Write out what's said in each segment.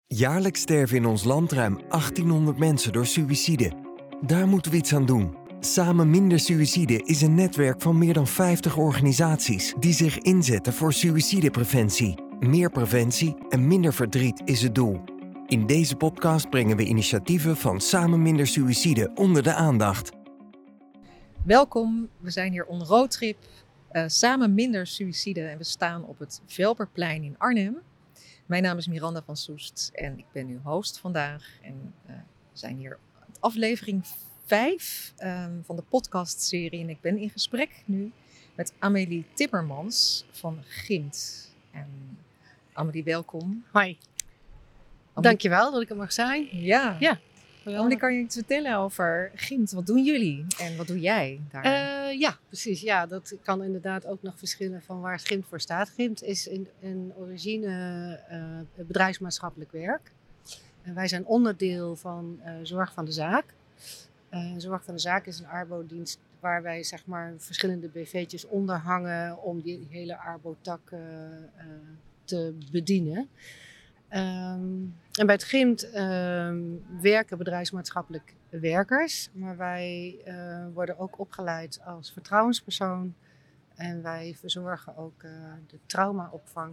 Jaarlijks sterven in ons land ruim 1800 mensen door suïcide. Daar moeten we iets aan doen. Samen Minder Suïcide is een netwerk van meer dan 50 organisaties die zich inzetten voor suïcidepreventie. Meer preventie en minder verdriet is het doel. In deze podcast brengen we initiatieven van Samen Minder Suïcide onder de aandacht. Welkom, we zijn hier on roadtrip, Samen Minder Suïcide en we staan op het Velperplein in Arnhem. Mijn naam is Miranda van Soest en ik ben uw host vandaag. En we zijn hier met aflevering 5 van de podcastserie. En ik ben in gesprek nu met Amélie Timmermans van GIMT. En Amélie, welkom. Hoi. Amélie, Dankjewel dat ik er mag zijn. Ja. Ja. Amélie, kan je iets vertellen over GIMT? Wat doen jullie en wat doe jij daar? Ja, precies. Ja, dat kan inderdaad ook nog verschillen van waar GIMT voor staat. GIMT is in origine bedrijfsmaatschappelijk werk. Wij zijn onderdeel van Zorg van de Zaak. Zorg van de Zaak is een arbodienst waar wij zeg maar verschillende BV'tjes onder hangen om die hele arbo-tak te bedienen. En bij het GIMT werken bedrijfsmaatschappelijk werkers, maar wij worden ook opgeleid als vertrouwenspersoon en wij verzorgen ook de traumaopvang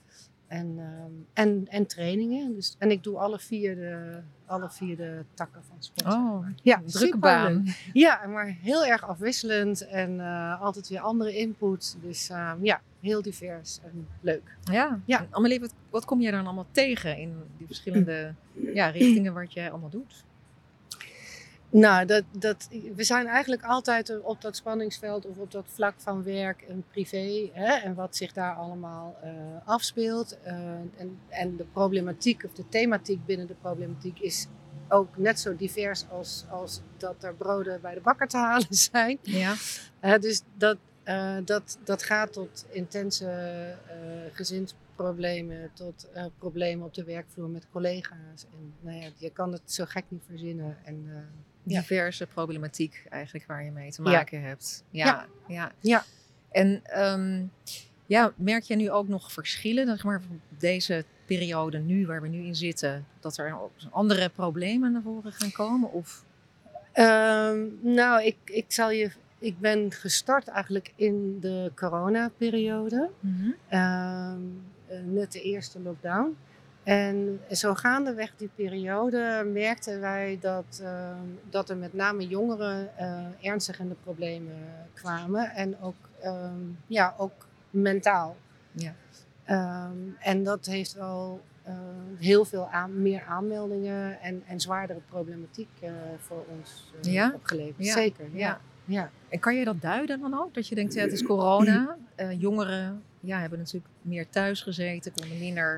en trainingen. Dus, en ik doe alle vier de takken van sport. Oh, ja, drukke baan. Ja, maar heel erg afwisselend en altijd weer andere input. Dus ja, heel divers en leuk. Ja. En Amélie, wat kom je dan allemaal tegen in die verschillende richtingen wat jij allemaal doet? Nou, we zijn eigenlijk altijd op dat spanningsveld of op dat vlak van werk en privé. Hè, en wat zich daar allemaal afspeelt. En de problematiek of de thematiek binnen de problematiek is ook net zo divers als dat er broden bij de bakker te halen zijn. Ja. Dus dat gaat tot intense gezinsproblemen, tot problemen op de werkvloer met collega's. En nou ja, je kan het zo gek niet verzinnen. En, diverse problematiek eigenlijk waar je mee te maken hebt. Ja. En merk je nu ook nog verschillen, zeg maar, van deze periode nu, waar we nu in zitten, dat er andere problemen naar voren gaan komen? Of? Nou, ik ben gestart eigenlijk in de coronaperiode. Mm-hmm. Net de eerste lockdown. En zo gaandeweg die periode merkten wij dat er met name jongeren ernstig in de problemen kwamen. En ook mentaal. Ja. En dat heeft wel heel veel meer aanmeldingen en zwaardere problematiek voor ons opgeleverd. Ja. Zeker, ja. En kan je dat duiden dan ook? Dat je denkt, het is corona. Jongeren hebben natuurlijk meer thuis gezeten, konden minder.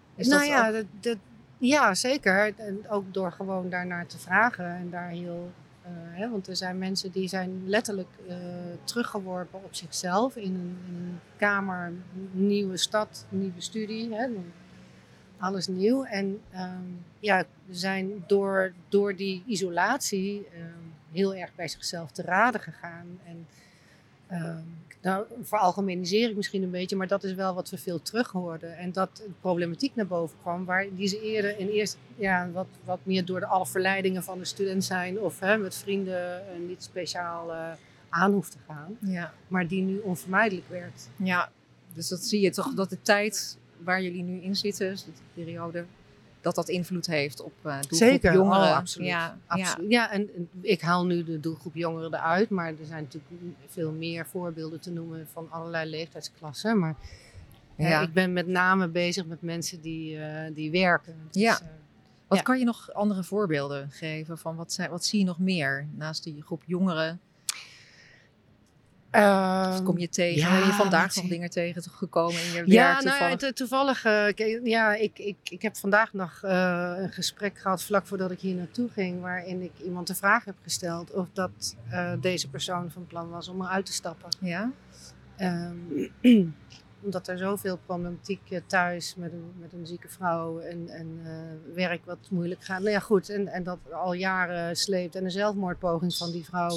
Ja, zeker. En ook door gewoon daarnaar te vragen en daar heel. Want er zijn mensen die zijn letterlijk teruggeworpen op zichzelf in een kamer, nieuwe stad, nieuwe studie. Alles nieuw. En zijn door die isolatie heel erg bij zichzelf te raden gegaan. En veralgemeniseer ik misschien een beetje, maar dat is wel wat we veel terug hoorden. En dat de problematiek naar boven kwam, die ze eerder wat meer door alle verleidingen van de student zijn of met vrienden niet speciaal aan hoeft te gaan. Ja. Maar die nu onvermijdelijk werd. Ja, dus dat zie je toch, dat de tijd waar jullie nu in zitten, dus de periode, dat invloed heeft op doelgroep Zeker, jongeren. Oh, absoluut. Ja, en ik haal nu de doelgroep jongeren eruit, maar er zijn natuurlijk veel meer voorbeelden te noemen van allerlei leeftijdsklassen. Maar ik ben met name bezig met mensen die werken. Dus, Wat kan je nog andere voorbeelden geven van wat zie je nog meer naast die groep jongeren? Of kom je tegen? Ben je vandaag nog dingen tegen gekomen in je werk? Toevallig. Ik heb vandaag nog een gesprek gehad vlak voordat ik hier naartoe ging, waarin ik iemand de vraag heb gesteld of dat deze persoon van plan was om eruit te stappen. Ja. Omdat er zoveel problematiek thuis met een zieke vrouw en werk wat moeilijk gaat. Nou ja, goed. En dat al jaren sleept en een zelfmoordpoging van die vrouw.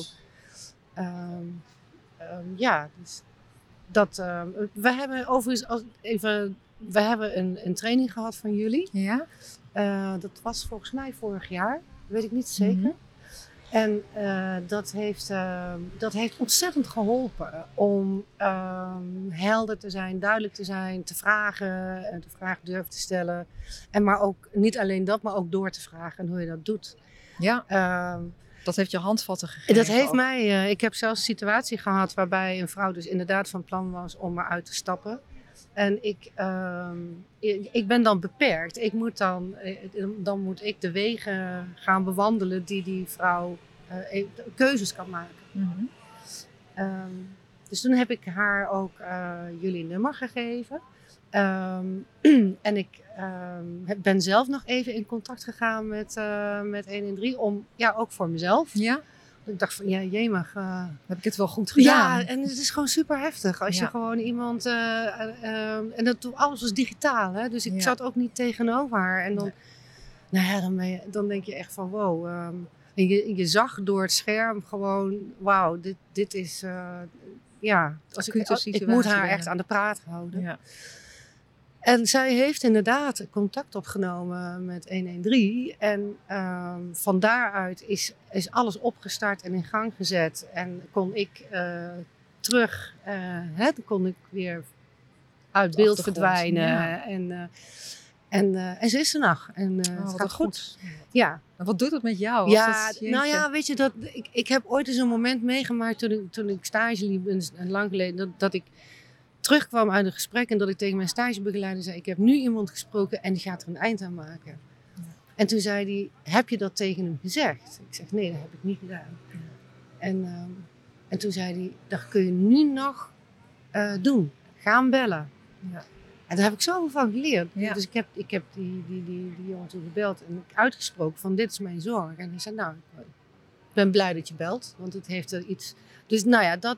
Dus dat, we hebben overigens, even we hebben een training gehad van jullie. Ja? Dat was volgens mij vorig jaar. Weet ik niet zeker. Mhm. En dat heeft ontzettend geholpen om helder te zijn, duidelijk te zijn, te vragen en de vraag durven te stellen. En maar ook niet alleen dat, maar ook door te vragen en hoe je dat doet. Ja, Ehm, dat heeft je handvatten gegeven. dat heeft ook. mij, ik heb zelfs een situatie gehad waarbij een vrouw dus inderdaad van plan was om eruit te stappen. En ik ben dan beperkt. Dan moet ik de wegen gaan bewandelen die vrouw keuzes kan maken. Mhm. Dus toen heb ik haar ook jullie nummer gegeven. En ik ben zelf nog even in contact gegaan met 113 om, ja, ook voor mezelf. Ja? Ik dacht van, ja, jemig. Heb ik het wel goed gedaan? Ja, en het is gewoon super heftig. Als je Ja. gewoon iemand... en alles was digitaal, hè? Dus ik Ja. zat ook niet tegenover haar. En dan, nou ja, dan denk je echt van wow. En je zag door het scherm gewoon, wauw, dit is... ja, ik moet haar echt aan de praat houden. Ja. En zij heeft inderdaad contact opgenomen met 113. En van daaruit is alles opgestart en in gang gezet. En kon ik terug, dan kon ik weer uit beeld verdwijnen. Ja. En ze is er nog. En het wat gaat goed. Ja. En wat doet het met jou? Ja, Jeetje. nou ja, weet je, ik heb ooit eens een moment meegemaakt toen ik stage liep, en lang geleden, dat ik terugkwam uit een gesprek en dat ik tegen mijn stagebegeleider zei, ik heb nu iemand gesproken en die gaat er een eind aan maken. Ja. En toen zei hij, heb je dat tegen hem gezegd? Ik zeg, nee, dat heb ik niet gedaan. Ja. En toen zei hij, dat kun je nu nog doen. Ga hem bellen. Ja. En daar heb ik zoveel van geleerd. Ja. Dus ik heb die jongen toen gebeld en uitgesproken van dit is mijn zorg. En hij zei, nou, ik ben blij dat je belt, want het heeft er iets... Dus nou ja,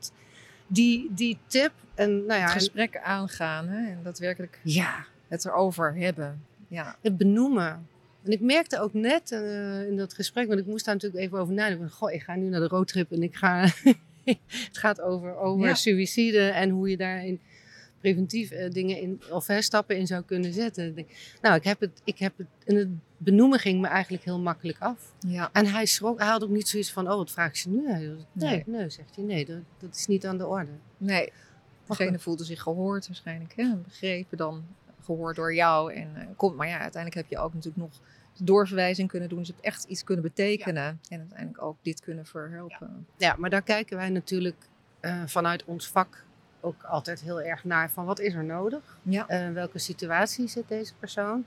die tip en nou ja... Het gesprek aangaan, hè? En daadwerkelijk het erover hebben. Ja. Het benoemen. En ik merkte ook net in dat gesprek, want ik moest daar natuurlijk even over nadenken. Goh, ik ga nu naar de roadtrip en ik ga... het gaat over suïcide en hoe je daarin preventief dingen in, of stappen in zou kunnen zetten. Nou, ik heb het, en het benoemen ging me eigenlijk heel makkelijk af. Ja. En hij schrok, hij had ook niet zoiets van, wat vraag ze nu? Nee, zegt hij, nee, dat is niet aan de orde. Nee, degene voelde zich gehoord waarschijnlijk, hè? Begrepen dan, gehoord door jou. En maar ja, uiteindelijk heb je ook natuurlijk nog de doorverwijzing kunnen doen. Dus je hebt echt iets kunnen betekenen. Ja. En uiteindelijk ook dit kunnen verhelpen. Ja, maar daar kijken wij natuurlijk vanuit ons vak ook altijd heel erg naar van wat is er nodig? Ja. Welke situatie zit deze persoon?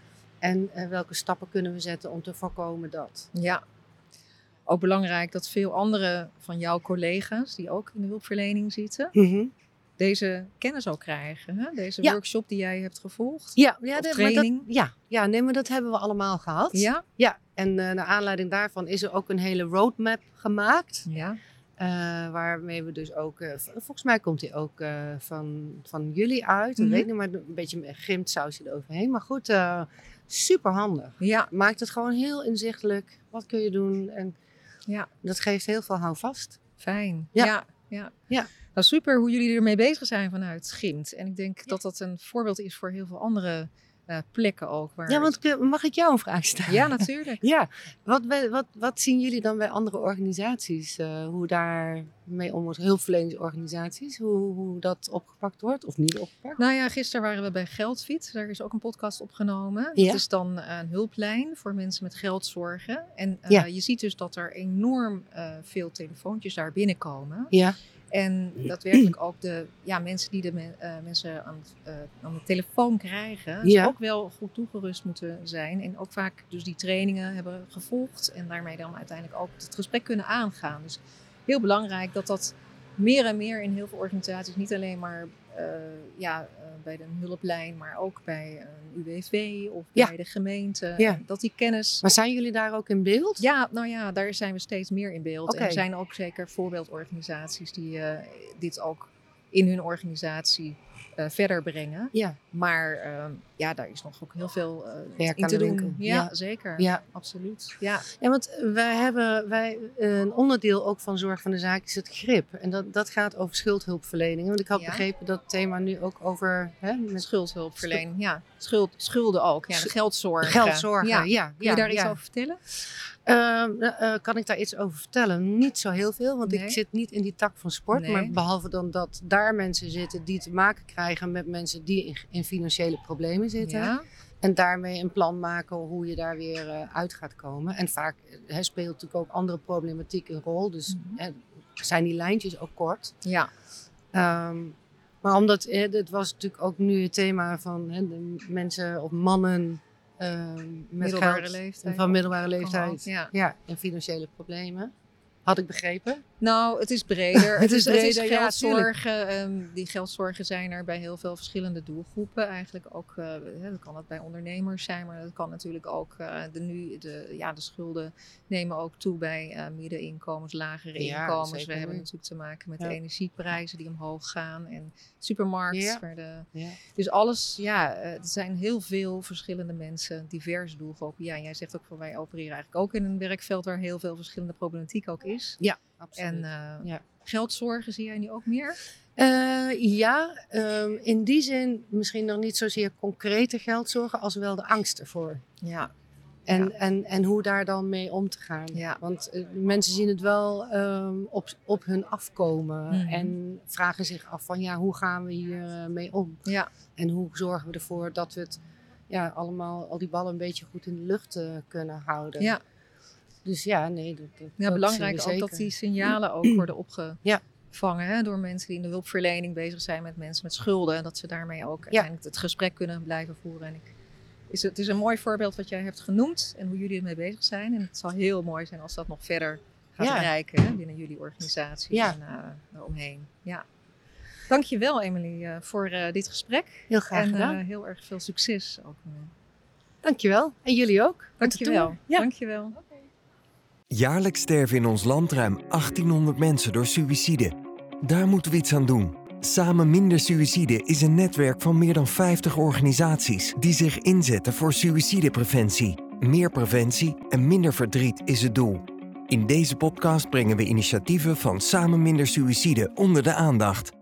En welke stappen kunnen we zetten om te voorkomen dat? Ja. Ook belangrijk dat veel andere van jouw collega's die ook in de hulpverlening zitten, deze kennis ook krijgen. Hè? Deze workshop die jij hebt gevolgd. Ja, training. Maar dat hebben we allemaal gehad. Ja? Ja, en naar aanleiding daarvan is er ook een hele roadmap gemaakt. Ja. Waarmee we dus ook, volgens mij komt die ook van jullie uit. Ik weet niet, maar een beetje met grimsausje eroverheen. Maar goed, super handig. Ja. Maakt het gewoon heel inzichtelijk. Wat kun je doen? En dat geeft heel veel houvast. Fijn. Ja. Nou, super hoe jullie ermee bezig zijn vanuit Gint. En ik denk dat dat een voorbeeld is voor heel veel andere plekken ook. Waar ja, want mag ik jou een vraag stellen? Ja, natuurlijk. Ja, wat zien jullie dan bij andere organisaties? Hoe daar mee om wordt? Hulpverleningsorganisaties, hoe dat opgepakt wordt of niet opgepakt? Nou ja, gisteren waren we bij Geldfiets. Daar is ook een podcast opgenomen. Ja. Dat is dan een hulplijn voor mensen met geldzorgen. En je ziet dus dat er enorm veel telefoontjes daar binnenkomen. Ja. En daadwerkelijk ook de mensen die de mensen aan de telefoon krijgen, dus ook wel goed toegerust moeten zijn. En ook vaak dus die trainingen hebben gevolgd en daarmee dan uiteindelijk ook het gesprek kunnen aangaan. Dus heel belangrijk dat dat meer en meer in heel veel organisaties, niet alleen maar bij de hulplijn, maar ook bij een UWV of bij de gemeente, dat die kennis... Maar zijn jullie daar ook in beeld? Ja, nou ja, daar zijn we steeds meer in beeld. Okay. En er zijn ook zeker voorbeeldorganisaties die dit ook in hun organisatie verder brengen. Ja, Maar daar is nog ook heel veel werk in aan te de doen. winkel. Ja, zeker. Ja. Absoluut. Ja. Ja, want wij een onderdeel ook van Zorg van de Zaak is het GRIP. En dat gaat over schuldhulpverlening. Want ik had begrepen dat het thema nu ook over... Met schuldhulpverlening, ja. Schulden ook, ja. De geldzorgen. Geldzorgen, ja. Kun je daar iets over vertellen? Kan ik daar iets over vertellen? Niet zo heel veel, want ik zit niet in die tak van sport. Nee. Maar behalve dan dat daar mensen zitten die te maken krijgen met mensen die in financiële problemen zitten. Ja. En daarmee een plan maken hoe je daar weer uit gaat komen. En vaak speelt natuurlijk ook andere problematiek een rol. Dus zijn die lijntjes ook kort. Ja. Maar omdat het was natuurlijk ook nu het thema van de mensen of mannen met geld van middelbare leeftijd. Ja, en financiële problemen. Had ik begrepen? Nou, het is breder. Het is breder, geldzorgen. Die geldzorgen zijn er bij heel veel verschillende doelgroepen. Eigenlijk ook, dat kan het bij ondernemers zijn, maar dat kan natuurlijk ook de schulden nemen ook toe bij middeninkomens, lagere inkomens. We hebben natuurlijk te maken met de energieprijzen die omhoog gaan en supermarkt. Dus alles, er zijn heel veel verschillende mensen, diverse doelgroepen. Ja, en jij zegt ook van wij opereren eigenlijk ook in een werkveld waar heel veel verschillende problematiek ook is. Ja, absoluut. En geldzorgen zie jij nu ook meer? In die zin misschien nog niet zozeer concrete geldzorgen als wel de angst ervoor. Ja. En hoe daar dan mee om te gaan. Ja. Want mensen zien het wel op hun afkomen en vragen zich af van hoe gaan we hier mee om? Ja. En hoe zorgen we ervoor dat we het allemaal al die ballen een beetje goed in de lucht kunnen houden. Ja. Dus dat belangrijk ook dat die signalen ook worden opgevangen door mensen die in de hulpverlening bezig zijn met mensen met schulden. En dat ze daarmee ook uiteindelijk het gesprek kunnen blijven voeren. En het is een mooi voorbeeld wat jij hebt genoemd en hoe jullie ermee bezig zijn. En het zal heel mooi zijn als dat nog verder gaat bereiken binnen jullie organisatie en daaromheen. Ja. Dankjewel Emily voor dit gesprek. Heel graag gedaan. En heel erg veel succes ook. Dankjewel. En jullie ook. Dankjewel. Dankjewel. Jaarlijks sterven in ons land ruim 1800 mensen door suïcide. Daar moeten we iets aan doen. Samen Minder Suïcide is een netwerk van meer dan 50 organisaties die zich inzetten voor suïcidepreventie. Meer preventie en minder verdriet is het doel. In deze podcast brengen we initiatieven van Samen Minder Suïcide onder de aandacht.